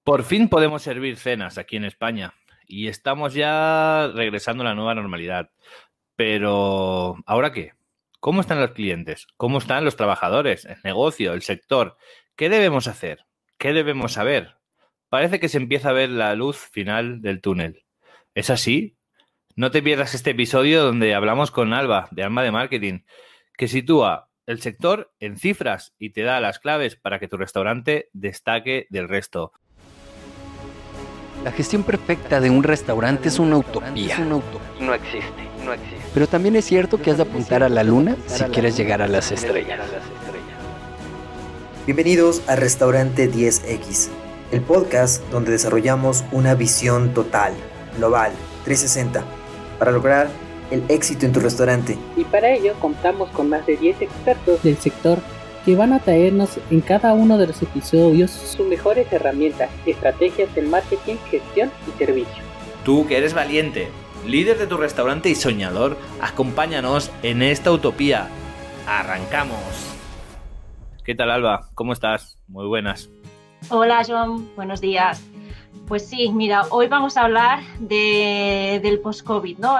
Por fin podemos servir cenas aquí en España y estamos ya regresando a la nueva normalidad. Pero, ¿ahora qué? ¿Cómo están los clientes? ¿Cómo están los trabajadores, el negocio, el sector? ¿Qué debemos hacer? ¿Qué debemos saber? Parece que se empieza a ver la luz final del túnel. ¿Es así? No te pierdas este episodio donde hablamos con Alba, de Alma de Marketing, que sitúa el sector en cifras y te da las claves para que tu restaurante destaque del resto. La gestión perfecta de un restaurante es una utopía. No existe. Pero también es cierto que has de apuntar a la luna si quieres llegar a las estrellas. Bienvenidos a Restaurante 10X, el podcast donde desarrollamos una visión total, global, 360, para lograr el éxito en tu restaurante. Y para ello contamos con más de 10 expertos del sector que van a traernos en cada uno de los episodios sus mejores herramientas, estrategias de marketing, gestión y servicio. Tú que eres valiente, líder de tu restaurante y soñador, acompáñanos en esta utopía. ¡Arrancamos! ¿Qué tal, Alba? ¿Cómo estás? Muy buenas. Hola, Joan. Buenos días. Pues sí, mira, hoy vamos a hablar del post-COVID, ¿no?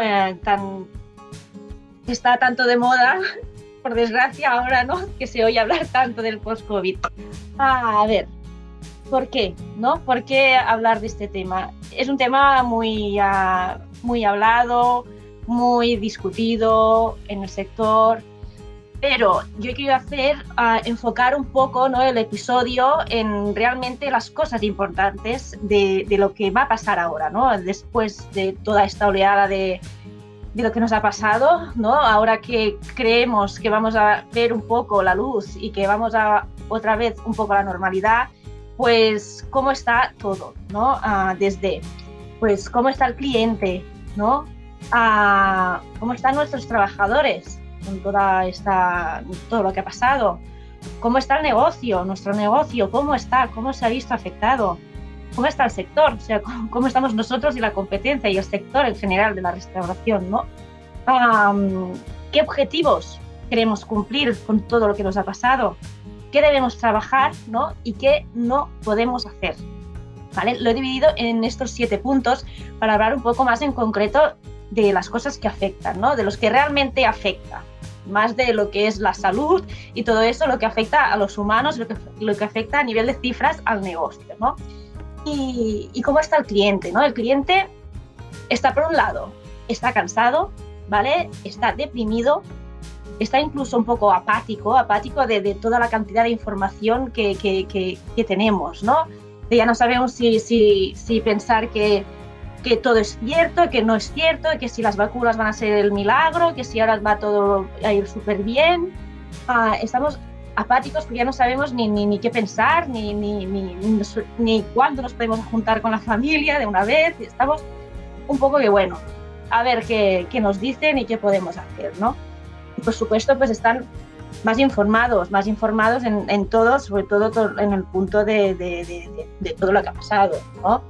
Está tanto de moda, por desgracia ahora, ¿no? Que se oye hablar tanto del post-COVID. A ver, ¿por qué? ¿No? ¿Por qué hablar de este tema? Es un tema muy hablado, muy discutido en el sector, pero yo quiero enfocar un poco, ¿no?, el episodio en realmente las cosas importantes de lo que va a pasar ahora, ¿no? Después de toda esta oleada de lo que nos ha pasado, ¿no? Ahora que creemos que vamos a ver un poco la luz y que vamos a otra vez un poco a la normalidad, pues cómo está todo, ¿no? Pues cómo está el cliente, ¿no? Cómo están nuestros trabajadores con todo lo que ha pasado, cómo está el negocio, nuestro negocio, cómo se ha visto afectado, cómo está el sector, o sea, cómo estamos nosotros y la competencia y el sector en general de la restauración, ¿no? ¿Qué objetivos queremos cumplir con todo lo que nos ha pasado? ¿Qué debemos trabajar, ¿no? Y qué no podemos hacer, ¿vale? Lo he dividido en estos 7 puntos para hablar un poco más en concreto de las cosas que afectan, ¿no? De los que realmente afecta, más de lo que es la salud y todo eso, lo que afecta a los humanos, lo que afecta a nivel de cifras al negocio, ¿no? Y cómo está el cliente, ¿no? El cliente está, por un lado, está cansado, ¿vale? Está deprimido, está incluso un poco apático de toda la cantidad de información que tenemos, ¿no? Ya no sabemos si pensar que todo es cierto, que no es cierto, que si las vacunas van a ser el milagro, que si ahora va todo a ir súper bien. Estamos apáticos porque ya no sabemos ni qué pensar, ni cuándo nos podemos juntar con la familia de una vez. Estamos un poco que, bueno, a ver qué nos dicen y qué podemos hacer, ¿no? Y por supuesto, pues están más informados en todo, sobre todo en el punto de todo lo que ha pasado, ¿no?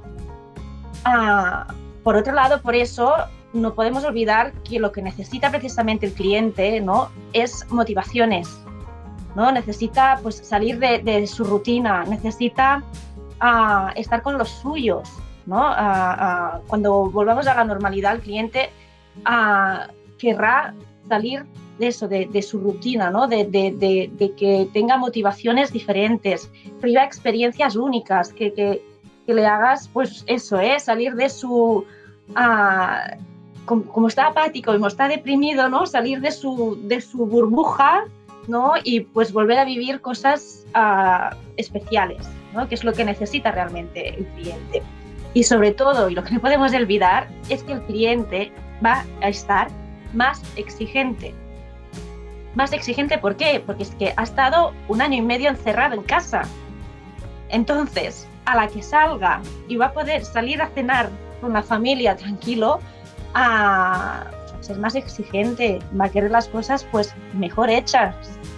Por otro lado, por eso no podemos olvidar que lo que necesita precisamente el cliente, ¿no?, es motivaciones, ¿no? Necesita, pues, salir de su rutina, necesita estar con los suyos, ¿no? Cuando volvamos a la normalidad, el cliente querrá salir de eso, de su rutina, ¿no? De que tenga motivaciones diferentes, que viva experiencias únicas, que le hagas, pues eso, salir de su... como está apático, como está deprimido, ¿no? Salir de su burbuja, ¿no? Y pues volver a vivir cosas especiales, ¿no? Que es lo que necesita realmente el cliente. Y sobre todo, y lo que no podemos olvidar, es que el cliente va a estar más exigente. Más exigente, ¿por qué? Porque es que ha estado 1 año y medio encerrado en casa. Entonces, a la que salga y va a poder salir a cenar con la familia tranquilo, a ser más exigente, va a querer las cosas pues mejor hechas,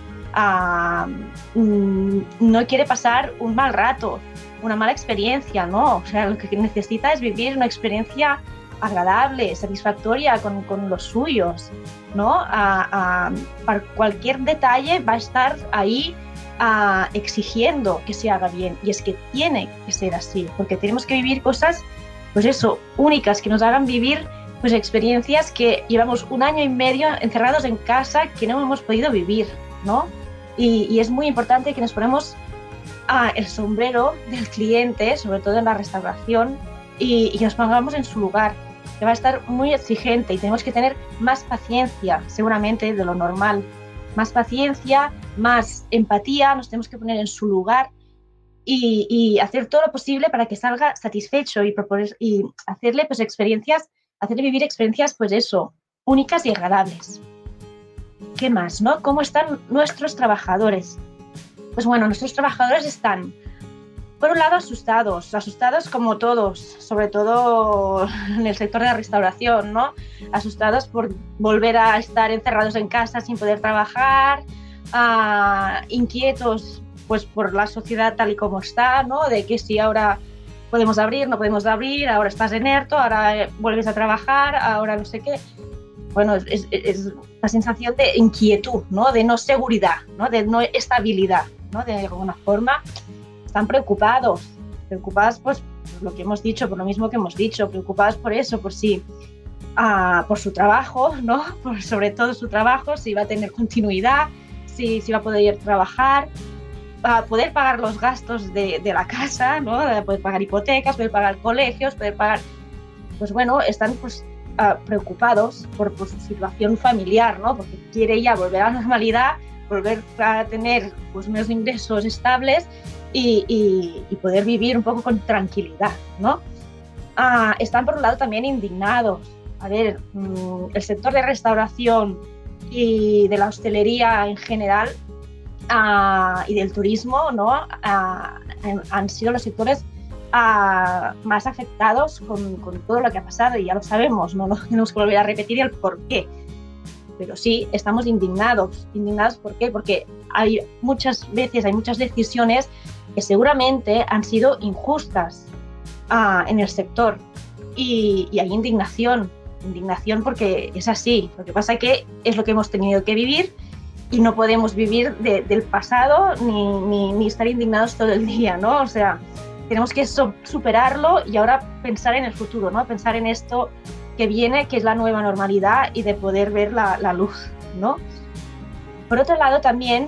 no quiere pasar un mal rato, una mala experiencia, ¿no? O sea, lo que necesita es vivir una experiencia agradable, satisfactoria con los suyos, ¿no? Para cualquier detalle va a estar ahí exigiendo que se haga bien, y es que tiene que ser así, porque tenemos que vivir cosas, pues eso, únicas, que nos hagan vivir pues experiencias que llevamos 1 año y medio encerrados en casa que no hemos podido vivir, ¿no? Y es muy importante que nos ponemos el sombrero del cliente, sobre todo en la restauración, y que nos pongamos en su lugar, que va a estar muy exigente y tenemos que tener más paciencia, seguramente, de lo normal. Más paciencia, más empatía, nos tenemos que poner en su lugar y hacer todo lo posible para que salga satisfecho y hacerle pues hacerle vivir experiencias pues eso, únicas y agradables. ¿Qué más, no? ¿Cómo están nuestros trabajadores? Pues bueno, nuestros trabajadores están, por un lado, asustados como todos, sobre todo en el sector de la restauración, ¿no? Asustados por volver a estar encerrados en casa sin poder trabajar, inquietos pues por la sociedad tal y como está, ¿no? De que si ahora podemos abrir, no podemos abrir, ahora estás en ERTO, ahora vuelves a trabajar, ahora no sé qué. Bueno, es la sensación de inquietud, ¿no? De no seguridad, ¿no? De no estabilidad, ¿no? De alguna forma están preocupados pues por lo que hemos dicho, por lo mismo que hemos dicho, preocupados por eso, por su trabajo, ¿no? Sobre todo su trabajo, si va a tener continuidad, si va a poder trabajar, a poder pagar los gastos de la casa, ¿no? Poder pagar hipotecas, poder pagar colegios, poder pagar... Pues bueno, están pues preocupados por su situación familiar, ¿no? Porque quiere ya volver a la normalidad, volver a tener pues unos ingresos estables y poder vivir un poco con tranquilidad, ¿no? Están por un lado también indignados. A ver, el sector de restauración y de la hostelería en general y del turismo, ¿no? Han sido los sectores más afectados con todo lo que ha pasado, y ya lo sabemos, no lo tenemos que volver a repetir el por qué. Pero sí, estamos indignados. ¿Indignados por qué? Porque hay muchas decisiones que seguramente han sido injustas en el sector, y hay indignación porque es así. Lo que pasa es que es lo que hemos tenido que vivir y no podemos vivir del pasado ni estar indignados todo el día, ¿no? O sea, tenemos que superarlo y ahora pensar en el futuro, ¿no? Pensar en esto que viene, que es la nueva normalidad, y de poder ver la luz, ¿no? Por otro lado, también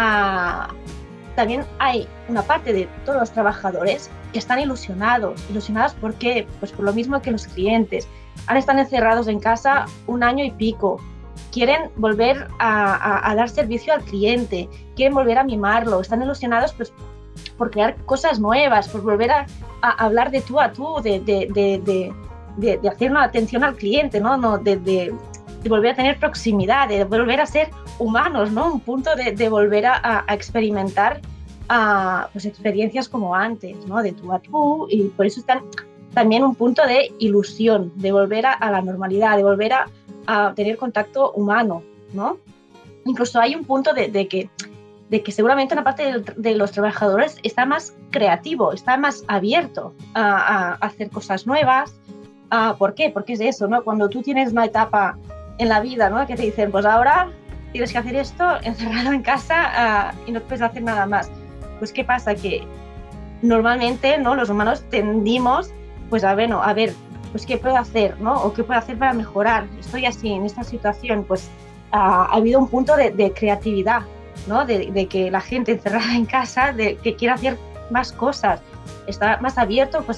hay una parte de todos los trabajadores que están ilusionados. ¿Por qué? Pues por lo mismo que los clientes. Han estado encerrados en casa 1 año y pico. Quieren volver a dar servicio al cliente, quieren volver a mimarlo. Están ilusionados pues por crear cosas nuevas, por volver a hablar de tú a tú, de hacer una atención al cliente, ¿no? De volver a tener proximidad, de volver a ser humanos, ¿no? Un punto de volver a experimentar pues experiencias como antes, ¿no? De tú a tú, y por eso están también un punto de ilusión, de volver a la normalidad, de volver a tener contacto humano, ¿no? Incluso hay un punto de que seguramente una parte de los trabajadores está más creativo, está más abierto a hacer cosas nuevas. ¿Por qué? Porque es eso, ¿no? Cuando tú tienes una etapa en la vida, ¿no? Que te dicen, pues ahora tienes que hacer esto encerrado en casa y no puedes hacer nada más. Pues ¿qué pasa? Que normalmente, ¿no? Los humanos tendimos pues a ver, pues ¿qué puedo hacer, ¿no? O ¿qué puedo hacer para mejorar? Estoy así, en esta situación, pues ha habido un punto de creatividad, ¿no? De que la gente encerrada en casa, de que quiere hacer más cosas, está más abierto, pues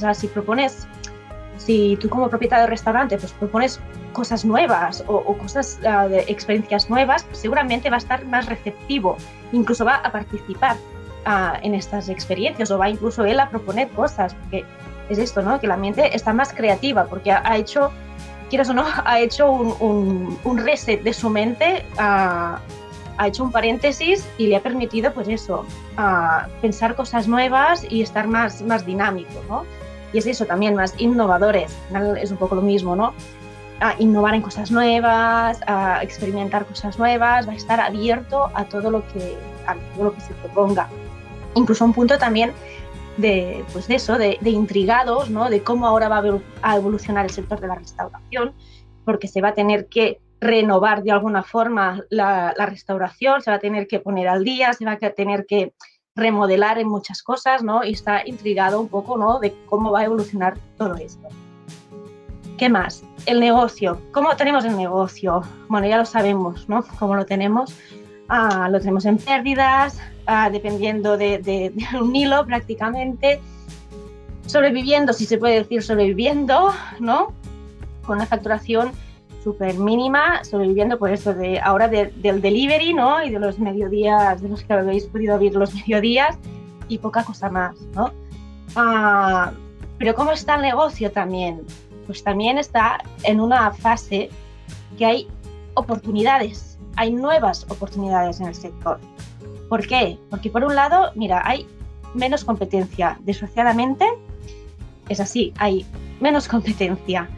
si tú como propietario de restaurante pues propones cosas nuevas o cosas de experiencias nuevas, pues seguramente va a estar más receptivo, incluso va a participar en estas experiencias, o va incluso él a proponer cosas, porque es esto, ¿no? Que la mente está más creativa, porque ha hecho, quieras o no, ha hecho un reset de su mente, ha hecho un paréntesis y le ha permitido, pues eso, pensar cosas nuevas y estar más dinámico, ¿no? Y es eso también, más innovadores. Al final es un poco lo mismo, ¿no? Innovar en cosas nuevas, a experimentar cosas nuevas, va a estar abierto a todo lo que se proponga. Incluso un punto también de intrigados, ¿no? De cómo ahora va a evolucionar el sector de la restauración, porque se va a tener que renovar de alguna forma la restauración, se va a tener que poner al día, se va a tener que remodelar en muchas cosas, ¿no? Y está intrigado un poco, ¿no?, de cómo va a evolucionar todo esto. ¿Qué más? El negocio. ¿Cómo tenemos el negocio? Bueno, ya lo sabemos, ¿no? ¿Cómo lo tenemos? Lo tenemos en pérdidas, dependiendo de un hilo prácticamente, sobreviviendo, si se puede decir sobreviviendo, ¿no? Con una facturación súper mínima, sobreviviendo por eso ahora del delivery, ¿no? Y de los mediodías, de los que habéis podido abrir los mediodías y poca cosa más, ¿no? Pero ¿cómo está el negocio también? Pues también está en una fase que hay oportunidades, hay nuevas oportunidades en el sector. ¿Por qué? Porque por un lado, mira, hay menos competencia. Desgraciadamente, es así, hay menos competencia.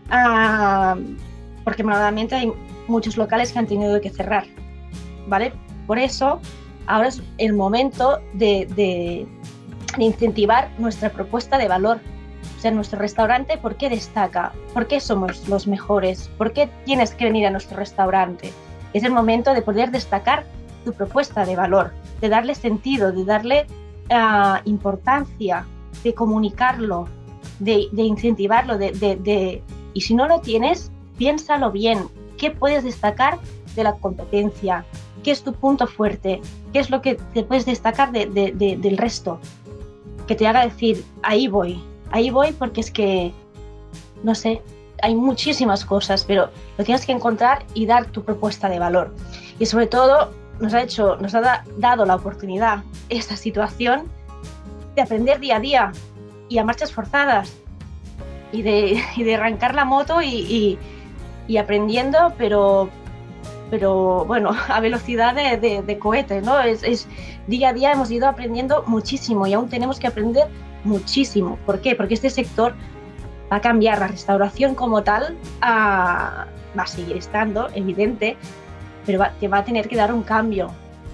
Porque malamente hay muchos locales que han tenido que cerrar, ¿vale? Por eso, ahora es el momento de incentivar nuestra propuesta de valor. O sea, nuestro restaurante, ¿por qué destaca? ¿Por qué somos los mejores? ¿Por qué tienes que venir a nuestro restaurante? Es el momento de poder destacar tu propuesta de valor, de darle sentido, de darle importancia, de comunicarlo, de incentivarlo, y si no lo tienes, piénsalo bien. ¿Qué puedes destacar de la competencia? ¿Qué es tu punto fuerte? ¿Qué es lo que te puedes destacar del resto? Que te haga decir, ahí voy porque es que, no sé, hay muchísimas cosas, pero lo tienes que encontrar y dar tu propuesta de valor. Y sobre todo, nos ha dado la oportunidad, esta situación, de aprender día a día y a marchas forzadas y de arrancar la moto y aprendiendo, pero bueno, a velocidad de cohete, ¿no? Es día a día hemos ido aprendiendo muchísimo y aún tenemos que aprender muchísimo. ¿Por qué? Porque este sector va a cambiar. La restauración como tal va a seguir estando, evidente, pero te va a tener que dar un cambio.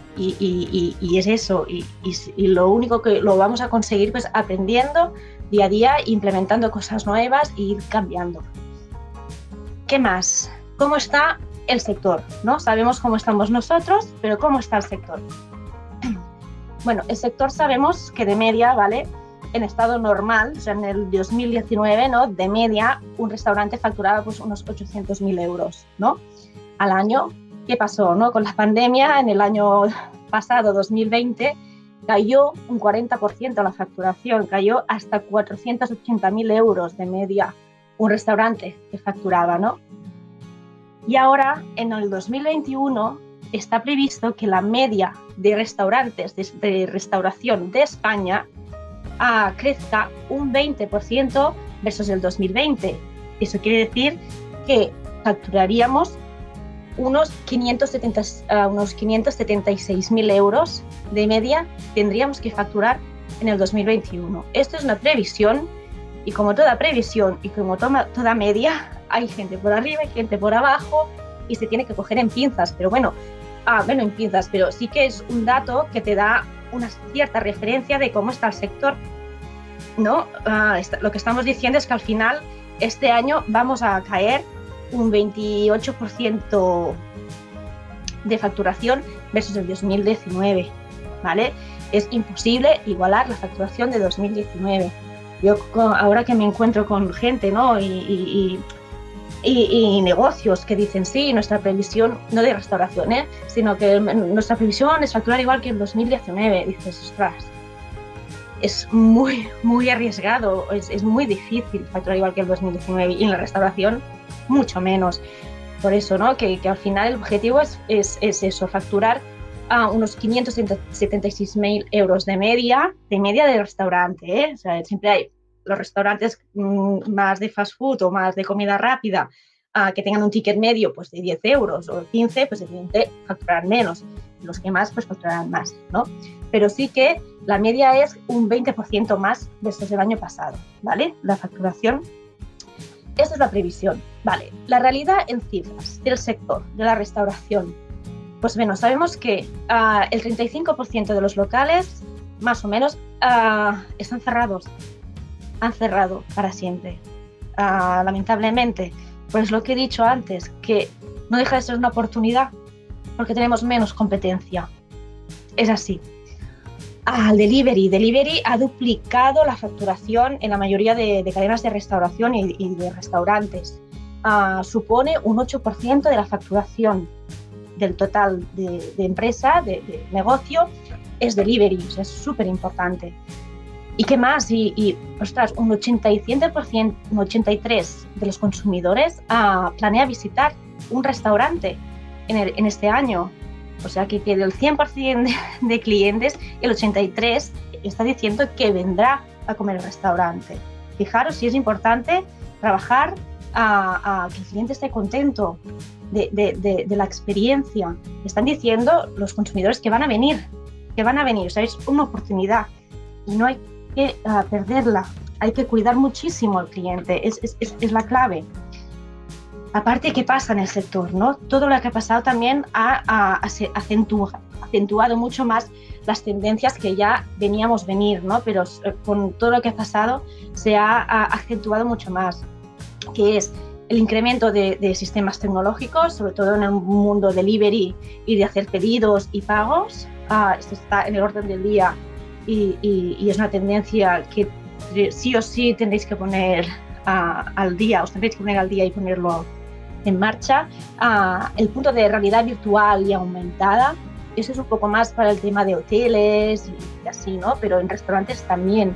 Y es eso. Y lo único que lo vamos a conseguir, pues aprendiendo día a día, implementando cosas nuevas e ir cambiando. ¿Qué más? ¿Cómo está el sector? ¿No? Sabemos cómo estamos nosotros, pero ¿cómo está el sector? Bueno, el sector sabemos que de media, ¿vale?, en estado normal, o sea, en el 2019, ¿no?, de media, un restaurante facturaba pues unos 800.000 euros, ¿no?, al año. ¿Qué pasó, no? Con la pandemia, en el año pasado, 2020, cayó un 40% la facturación, cayó hasta 480.000 euros de media un restaurante que facturaba, ¿no? Y ahora, en el 2021, está previsto que la media de restaurantes de restauración de España crezca un 20% versus el 2020. Eso quiere decir que facturaríamos unos 576.000 euros de media, tendríamos que facturar en el 2021. Esto es una previsión, y como toda previsión y como toda media, hay gente por arriba y gente por abajo y se tiene que coger en pinzas, pero bueno, en pinzas, pero sí que es un dato que te da una cierta referencia de cómo está el sector, ¿no? Lo que estamos diciendo es que al final este año vamos a caer un 28% de facturación versus el 2019, ¿vale? Es imposible igualar la facturación de 2019. Yo ahora que me encuentro con gente, ¿no?, y negocios que dicen, sí, nuestra previsión, no de restauración, sino que nuestra previsión es facturar igual que en 2019. Dices, ostras, es muy, muy arriesgado, es muy difícil facturar igual que el 2019, y en la restauración mucho menos. Por eso, ¿no?, que al final el objetivo es eso, facturar unos 576.000 euros de media de restaurante, O sea, siempre hay los restaurantes más de fast food o más de comida rápida que tengan un ticket medio pues de 10 euros o 15, pues evidentemente facturarán menos. Los que más, pues facturarán más, ¿no? Pero sí que la media es un 20% más versus el año pasado, ¿vale? La facturación. Esta es la previsión, ¿vale? La realidad en cifras del sector de la restauración. Pues bueno, sabemos que el 35% de los locales, más o menos, están cerrados. Han cerrado para siempre, lamentablemente. Pues lo que he dicho antes, que no deja de ser una oportunidad porque tenemos menos competencia. Es así. Delivery ha duplicado la facturación en la mayoría de cadenas de restauración y de restaurantes. Supone un 8% de la facturación del total de empresa, de negocio, es delivery, o sea, es súper importante. ¿Y qué más? Ostras, un 83% de los consumidores planea visitar un restaurante en este año. O sea, que del 100% de clientes, el 83% está diciendo que vendrá a comer al restaurante. Fijaros si es importante trabajar a que el cliente esté contento de la experiencia. Están diciendo los consumidores que van a venir. O sea, es una oportunidad y no hay que perderla. Hay que cuidar muchísimo al cliente, es la clave. Aparte, ¿qué pasa en el sector, no? Todo lo que ha pasado también ha acentuado mucho más las tendencias que ya veníamos venir, ¿no? Pero con todo lo que ha pasado se ha acentuado mucho más, que es el incremento de sistemas tecnológicos, sobre todo en el mundo delivery y de hacer pedidos y pagos. Esto está en el orden del día y es una tendencia que sí o sí tendréis que poner al día, os tendréis que poner al día y ponerlo en marcha. El punto de realidad virtual y aumentada, eso es un poco más para el tema de hoteles y así, ¿no? Pero en restaurantes también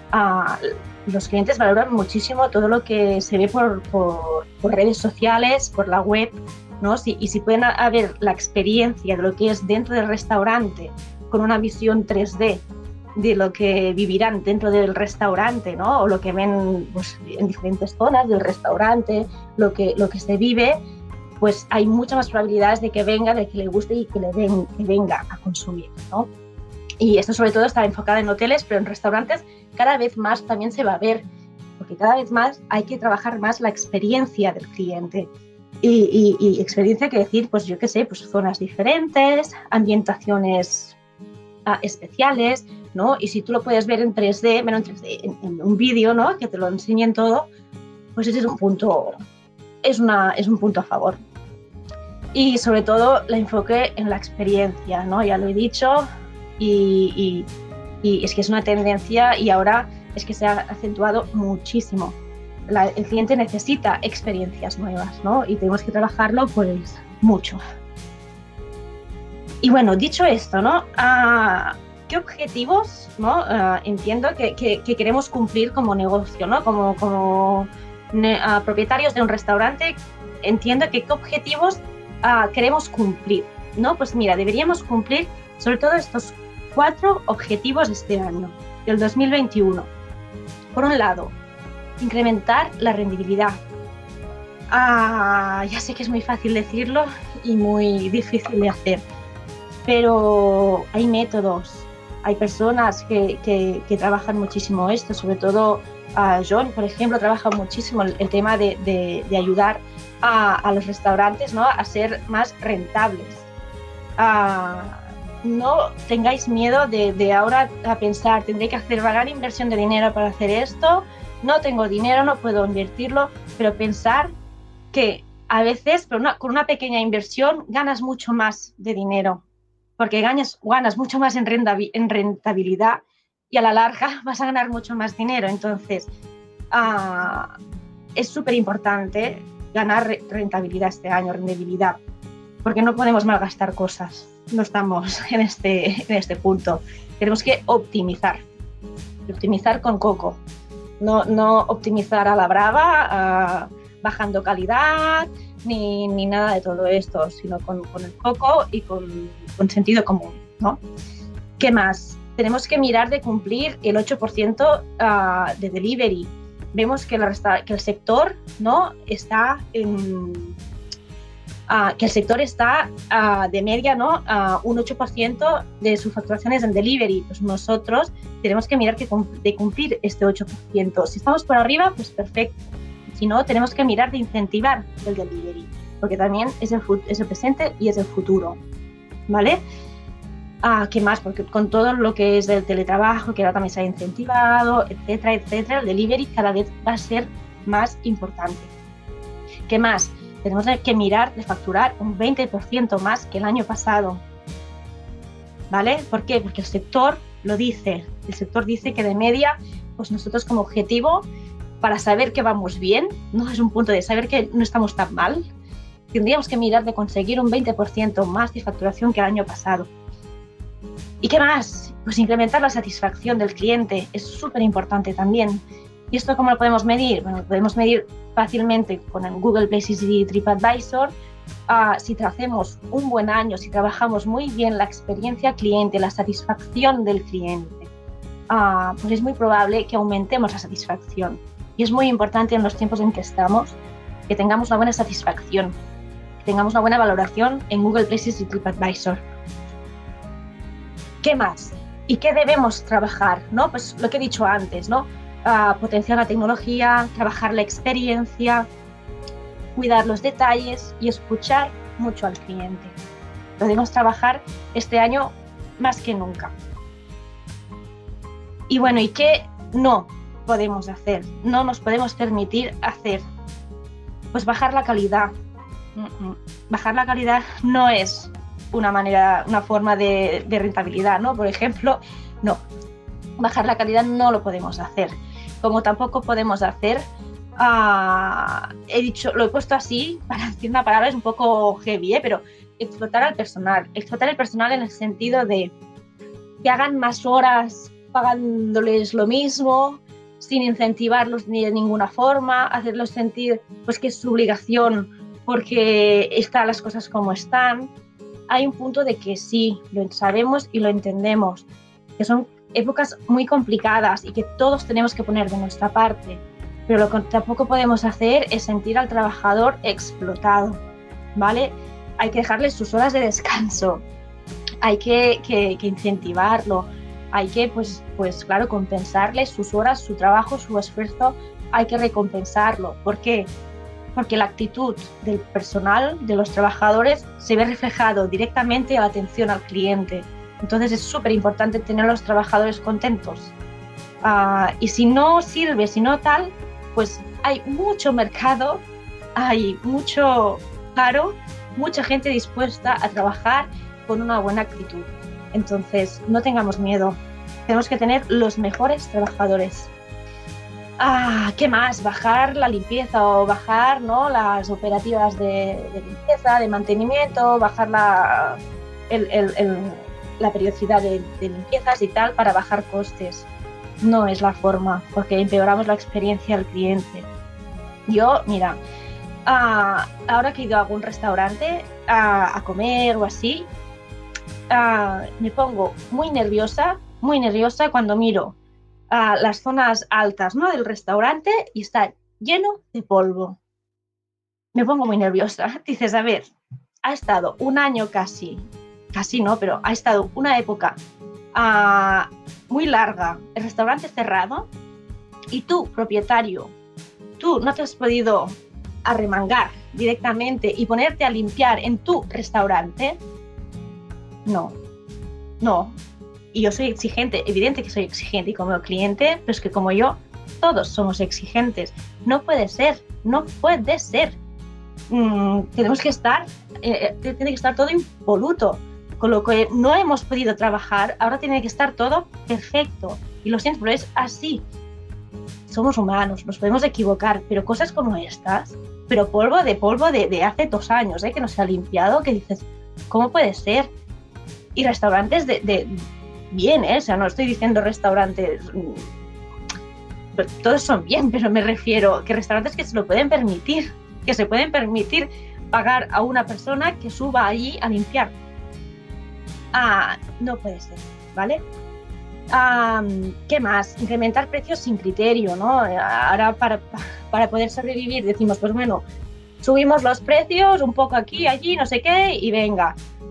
los clientes valoran muchísimo todo lo que se ve por redes sociales, por la web, ¿no? Y si pueden haber la experiencia de lo que es dentro del restaurante con una visión 3D de lo que vivirán dentro del restaurante, ¿no? O lo que ven pues, en diferentes zonas del restaurante, lo que se vive, pues hay muchas más probabilidades de que venga, de que le guste y que venga a consumir, ¿no? Y esto sobre todo está enfocado en hoteles, pero en restaurantes cada vez más también se va a ver, porque cada vez más hay que trabajar más la experiencia del cliente. Y experiencia que decir, pues yo qué sé, pues zonas diferentes, ambientaciones especiales, ¿no? Y si tú lo puedes ver en 3D, en un vídeo, ¿no? Que te lo enseñen todo, pues ese es un punto, es un punto a favor. Y sobre todo el enfoque en la experiencia, ¿no? Ya lo he dicho, y es que es una tendencia y ahora es que se ha acentuado muchísimo. El cliente necesita experiencias nuevas, ¿no? Y tenemos que trabajarlo pues mucho. Y bueno, dicho esto, ¿no? ¿Qué objetivos, ¿no? Entiendo que queremos cumplir como negocio, ¿no? Como propietarios de un restaurante, entiendo que qué objetivos queremos cumplir, ¿no? Pues mira, deberíamos cumplir sobre todo estos 4 objetivos este año, del 2021. Por un lado, incrementar la rendibilidad. Ya sé que es muy fácil decirlo y muy difícil de hacer, pero hay métodos, hay personas que trabajan muchísimo esto, sobre todo John, por ejemplo, trabaja muchísimo el tema de ayudar a los restaurantes, ¿no? A ser más rentables. No tengáis miedo de ahora a pensar, tendré que hacer gran inversión de dinero para hacer esto, no tengo dinero, no puedo invertirlo, pero pensar que a veces con una pequeña inversión ganas mucho más de dinero, porque ganas mucho más en rentabilidad y a la larga vas a ganar mucho más dinero. Entonces, es súper importante ganar rentabilidad este año, rendibilidad, porque no podemos malgastar cosas. No estamos en este punto. Tenemos que optimizar con coco. No optimizar a la brava, bajando calidad, ni nada de todo esto, sino con el coco y con sentido común, ¿no? ¿Qué más? Tenemos que mirar de cumplir el 8% de delivery. Vemos que el sector, ¿no? está que el sector está de media, ¿no? Un 8% de sus facturaciones en delivery. Pues nosotros tenemos que mirar de cumplir este 8%. Si estamos por arriba, pues perfecto. Si no, tenemos que mirar de incentivar el delivery, porque también es el presente y es el futuro, ¿vale? ¿Qué más? Porque con todo lo que es del teletrabajo, que ahora también se ha incentivado, etcétera, el delivery cada vez va a ser más importante. ¿Qué más? tenemos que mirar de facturar un 20% más que el año pasado. ¿Vale? ¿Por qué? Porque el sector lo dice. El sector dice que de media, pues nosotros como objetivo, para saber que vamos bien, no es un punto de saber que no estamos tan mal, tendríamos que mirar de conseguir un 20% más de facturación que el año pasado. ¿Y qué más? Pues incrementar la satisfacción del cliente es súper importante también. ¿Y esto cómo lo podemos medir? Bueno, lo podemos medir fácilmente con el Google Places y TripAdvisor. Si hacemos un buen año, si trabajamos muy bien la experiencia cliente, la satisfacción del cliente, pues es muy probable que aumentemos la satisfacción. Y es muy importante en los tiempos en que estamos que tengamos una buena satisfacción, que tengamos una buena valoración en Google Places y TripAdvisor. ¿Qué más? ¿Y qué debemos trabajar? ¿No? Pues lo que he dicho antes, ¿no? Potenciar la tecnología, trabajar la experiencia, cuidar los detalles y escuchar mucho al cliente. Lo debemos trabajar este año más que nunca. Y bueno, ¿y qué no podemos hacer? No nos podemos permitir hacer. Pues bajar la calidad. Bajar la calidad no es una forma de rentabilidad, ¿no? Por ejemplo, no. Bajar la calidad no lo podemos hacer. Como tampoco podemos hacer, lo he puesto así para decir una palabra, es un poco heavy, pero explotar al personal. Explotar el personal en el sentido de que hagan más horas pagándoles lo mismo, sin incentivarlos ni de ninguna forma, hacerlos sentir pues que es su obligación porque están las cosas como están. Hay un punto de que sí, lo sabemos y lo entendemos, que son épocas muy complicadas y que todos tenemos que poner de nuestra parte, pero lo que tampoco podemos hacer es sentir al trabajador explotado, ¿vale? Hay que dejarle sus horas de descanso, hay que incentivarlo, hay que, pues claro, compensarle sus horas, su trabajo, su esfuerzo, hay que recompensarlo. ¿Por qué? Porque la actitud del personal, de los trabajadores, se ve reflejado directamente en la atención al cliente. Entonces es súper importante tener a los trabajadores contentos. Y si no sirve, si no tal, pues hay mucho mercado, hay mucho paro, mucha gente dispuesta a trabajar con una buena actitud. Entonces no tengamos miedo, tenemos que tener los mejores trabajadores. ¿Qué más? Bajar la limpieza o bajar, ¿no?, las operativas de limpieza, de mantenimiento, bajar la periodicidad de limpiezas y tal para bajar costes. No es la forma, porque empeoramos la experiencia del cliente. Yo, mira, ahora que he ido a algún restaurante a comer o así, me pongo muy nerviosa cuando miro las zonas altas, ¿no?, del restaurante y está lleno de polvo. Me pongo muy nerviosa. Dices, a ver, ha estado un año casi no, pero ha estado una época muy larga el restaurante cerrado y tú, propietario, tú no te has podido arremangar directamente y ponerte a limpiar en tu restaurante. No. Y yo soy exigente, evidente que soy exigente y como cliente, pero es que como yo, todos somos exigentes. No puede ser. Tenemos que estar, tiene que estar todo impoluto, con lo que no hemos podido trabajar, ahora tiene que estar todo perfecto. Y lo siento, pero es así. Somos humanos, nos podemos equivocar, pero cosas como estas, pero polvo de hace 2 años, que no se ha limpiado, que dices, ¿cómo puede ser? Y restaurantes de bien, o sea, no estoy diciendo restaurantes, todos son bien, pero me refiero que restaurantes que se lo pueden permitir, que se pueden permitir pagar a una persona que suba allí a limpiar. No puede ser, ¿vale? ¿Qué más? Incrementar precios sin criterio, ¿no? Ahora para poder sobrevivir decimos, pues bueno, subimos los precios un poco aquí, allí, no sé qué, y venga.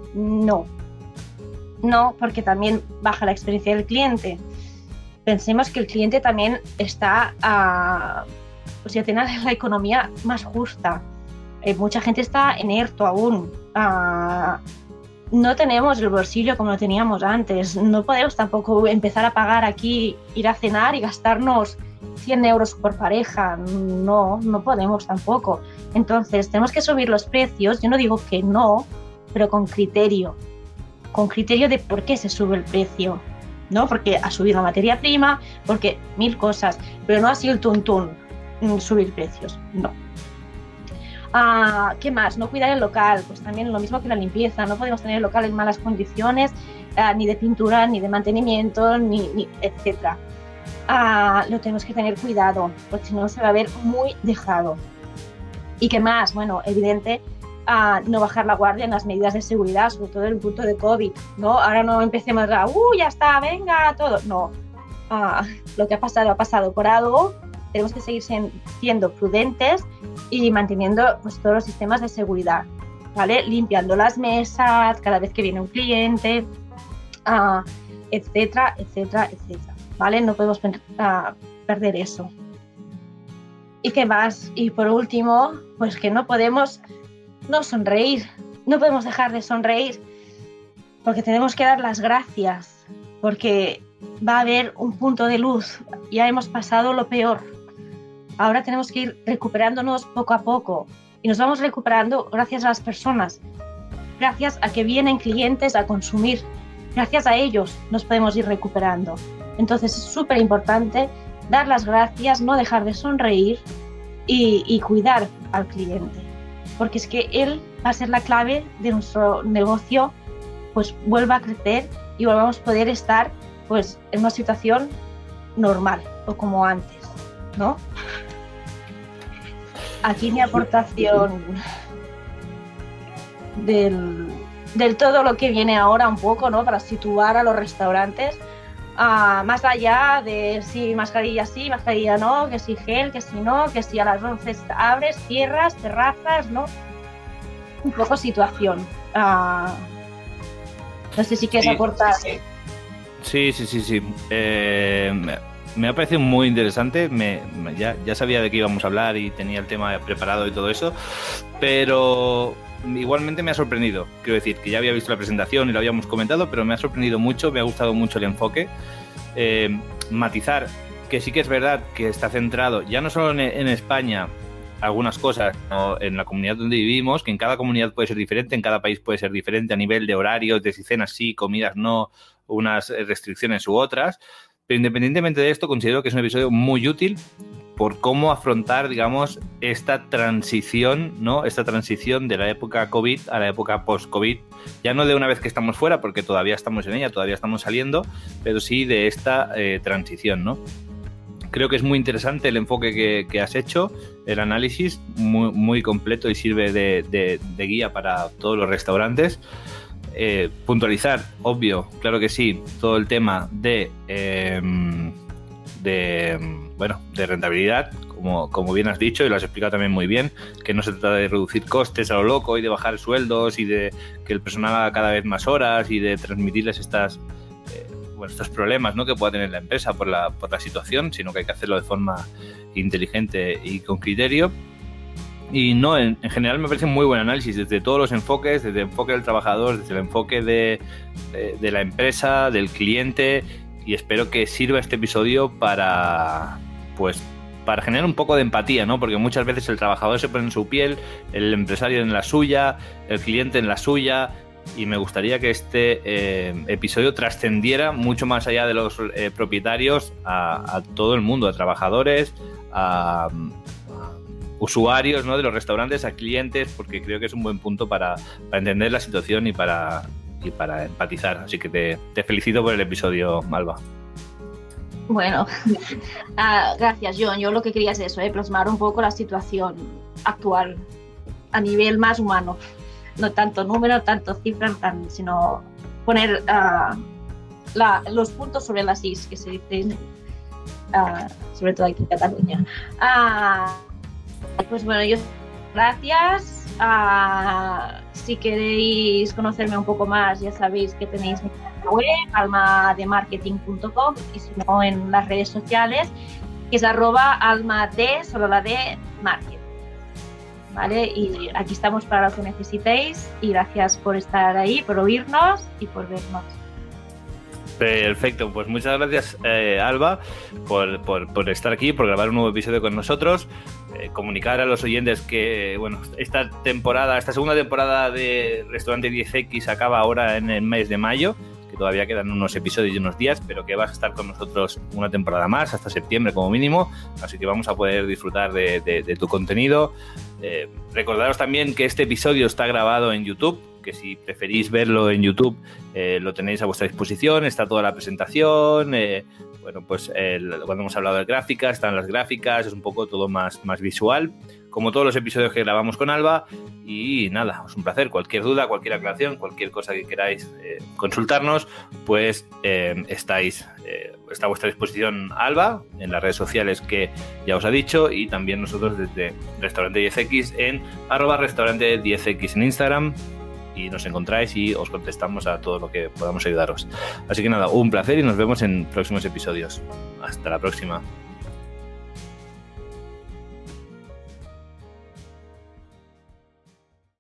No, porque también baja la experiencia del cliente. Pensemos que el cliente también está pues ya tiene la economía más justa. Mucha gente está en ERTO aún. No tenemos el bolsillo como lo teníamos antes. No podemos tampoco empezar a pagar aquí, ir a cenar y gastarnos 100 euros por pareja, no podemos tampoco. Entonces tenemos que subir los precios, yo no digo que no, pero con criterio de por qué se sube el precio, ¿no? Porque ha subido la materia prima, porque 1000 cosas, pero no ha sido el tuntún subir precios, no. ¿Qué más? No cuidar el local, pues también lo mismo que la limpieza, no podemos tener el local en malas condiciones, ni de pintura, ni de mantenimiento, ni etcétera. Lo tenemos que tener cuidado, porque si no se va a ver muy dejado. ¿Y qué más? Bueno, evidente, no bajar la guardia en las medidas de seguridad, sobre todo en el punto de COVID, ¿no? Ahora no empecemos a, ya está, venga, todo. No, lo que ha pasado por algo. Tenemos que seguir siendo prudentes y manteniendo pues, todos los sistemas de seguridad, ¿vale? Limpiando las mesas cada vez que viene un cliente, etcétera, etcétera, etcétera, ¿vale? No podemos perder eso. ¿Y qué más? Y por último, pues que no podemos no sonreír, no podemos dejar de sonreír, porque tenemos que dar las gracias, porque va a haber un punto de luz, ya hemos pasado lo peor. Ahora tenemos que ir recuperándonos poco a poco y nos vamos recuperando gracias a las personas, gracias a que vienen clientes a consumir, gracias a ellos nos podemos ir recuperando. Entonces es súper importante dar las gracias, no dejar de sonreír y cuidar al cliente, porque es que él va a ser la clave de nuestro negocio, pues vuelva a crecer y volvamos a poder estar pues en una situación normal o como antes, ¿no? Aquí mi aportación del todo lo que viene ahora un poco, ¿no? Para situar a los restaurantes, más allá de si mascarilla sí, mascarilla no, que si gel, que si no, que si a las 11 abres, cierras, terrazas, ¿no? Un poco situación. No sé si quieres aportar. Sí. Me ha parecido muy interesante, ya sabía de qué íbamos a hablar y tenía el tema preparado y todo eso, pero igualmente me ha sorprendido. Quiero decir que ya había visto la presentación y lo habíamos comentado, pero me ha sorprendido mucho, me ha gustado mucho el enfoque. Matizar que sí que es verdad que está centrado ya no solo en España, algunas cosas, ¿no? En la comunidad donde vivimos, que en cada comunidad puede ser diferente, en cada país puede ser diferente a nivel de horarios, de si cenas sí, comidas no, unas restricciones u otras. Pero independientemente de esto, considero que es un episodio muy útil por cómo afrontar, digamos, esta transición, ¿no? Esta transición de la época COVID a la época post-COVID. Ya no de una vez que estamos fuera, porque todavía estamos en ella, todavía estamos saliendo, pero sí de esta transición, ¿no? Creo que es muy interesante el enfoque que has hecho, el análisis, muy, muy completo y sirve de guía para todos los restaurantes. Puntualizar, obvio, claro que sí, todo el tema de rentabilidad, como bien has dicho y lo has explicado también muy bien, que no se trata de reducir costes a lo loco y de bajar sueldos y de que el personal haga cada vez más horas y de transmitirles estos problemas, ¿no? Que pueda tener la empresa por la situación, sino que hay que hacerlo de forma inteligente y con criterio. Y no, en general me parece un muy buen análisis desde todos los enfoques, desde el enfoque del trabajador, desde el enfoque de la empresa, del cliente, y espero que sirva este episodio para generar un poco de empatía, ¿no? Porque muchas veces el trabajador se pone en su piel, el empresario en la suya, el cliente en la suya, y me gustaría que este episodio trascendiera mucho más allá de los propietarios a todo el mundo, a trabajadores, a usuarios, ¿no? De los restaurantes, a clientes, porque creo que es un buen punto para entender la situación y para empatizar. Así que te felicito por el episodio, Alba. Bueno, gracias, John. Yo lo que quería es eso, plasmar un poco la situación actual a nivel más humano. No tanto número, tanto cifras, sino poner los puntos sobre las is, que se dicen, sobre todo aquí en Cataluña. Pues bueno, yo gracias. Si queréis conocerme un poco más, ya sabéis que tenéis mi página web, almademarketing.com, y si no, en las redes sociales, que es @almad, solo la de marketing. ¿Vale? Y aquí estamos para lo que necesitéis, y gracias por estar ahí, por oírnos y por vernos. Perfecto, pues muchas gracias Alba por estar aquí, por grabar un nuevo episodio con nosotros, comunicar a los oyentes que bueno, esta segunda temporada de Restaurante 10X acaba ahora en el mes de mayo, que todavía quedan unos episodios y unos días, pero que vas a estar con nosotros una temporada más, hasta septiembre como mínimo, así que vamos a poder disfrutar de tu contenido. Recordaros también que este episodio está grabado en YouTube, que si preferís verlo en YouTube lo tenéis a vuestra disposición, está toda la presentación, bueno, pues cuando hemos hablado de gráficas, están las gráficas, es un poco todo más visual, como todos los episodios que grabamos con Alba. Y nada, es un placer. Cualquier duda, cualquier aclaración, cualquier cosa que queráis consultarnos, pues está a vuestra disposición Alba en las redes sociales que ya os ha dicho, y también nosotros desde Restaurante 10X en @restaurante 10X en Instagram, y nos encontráis y os contestamos a todo lo que podamos ayudaros. Así que nada, un placer y nos vemos en próximos episodios. Hasta la próxima.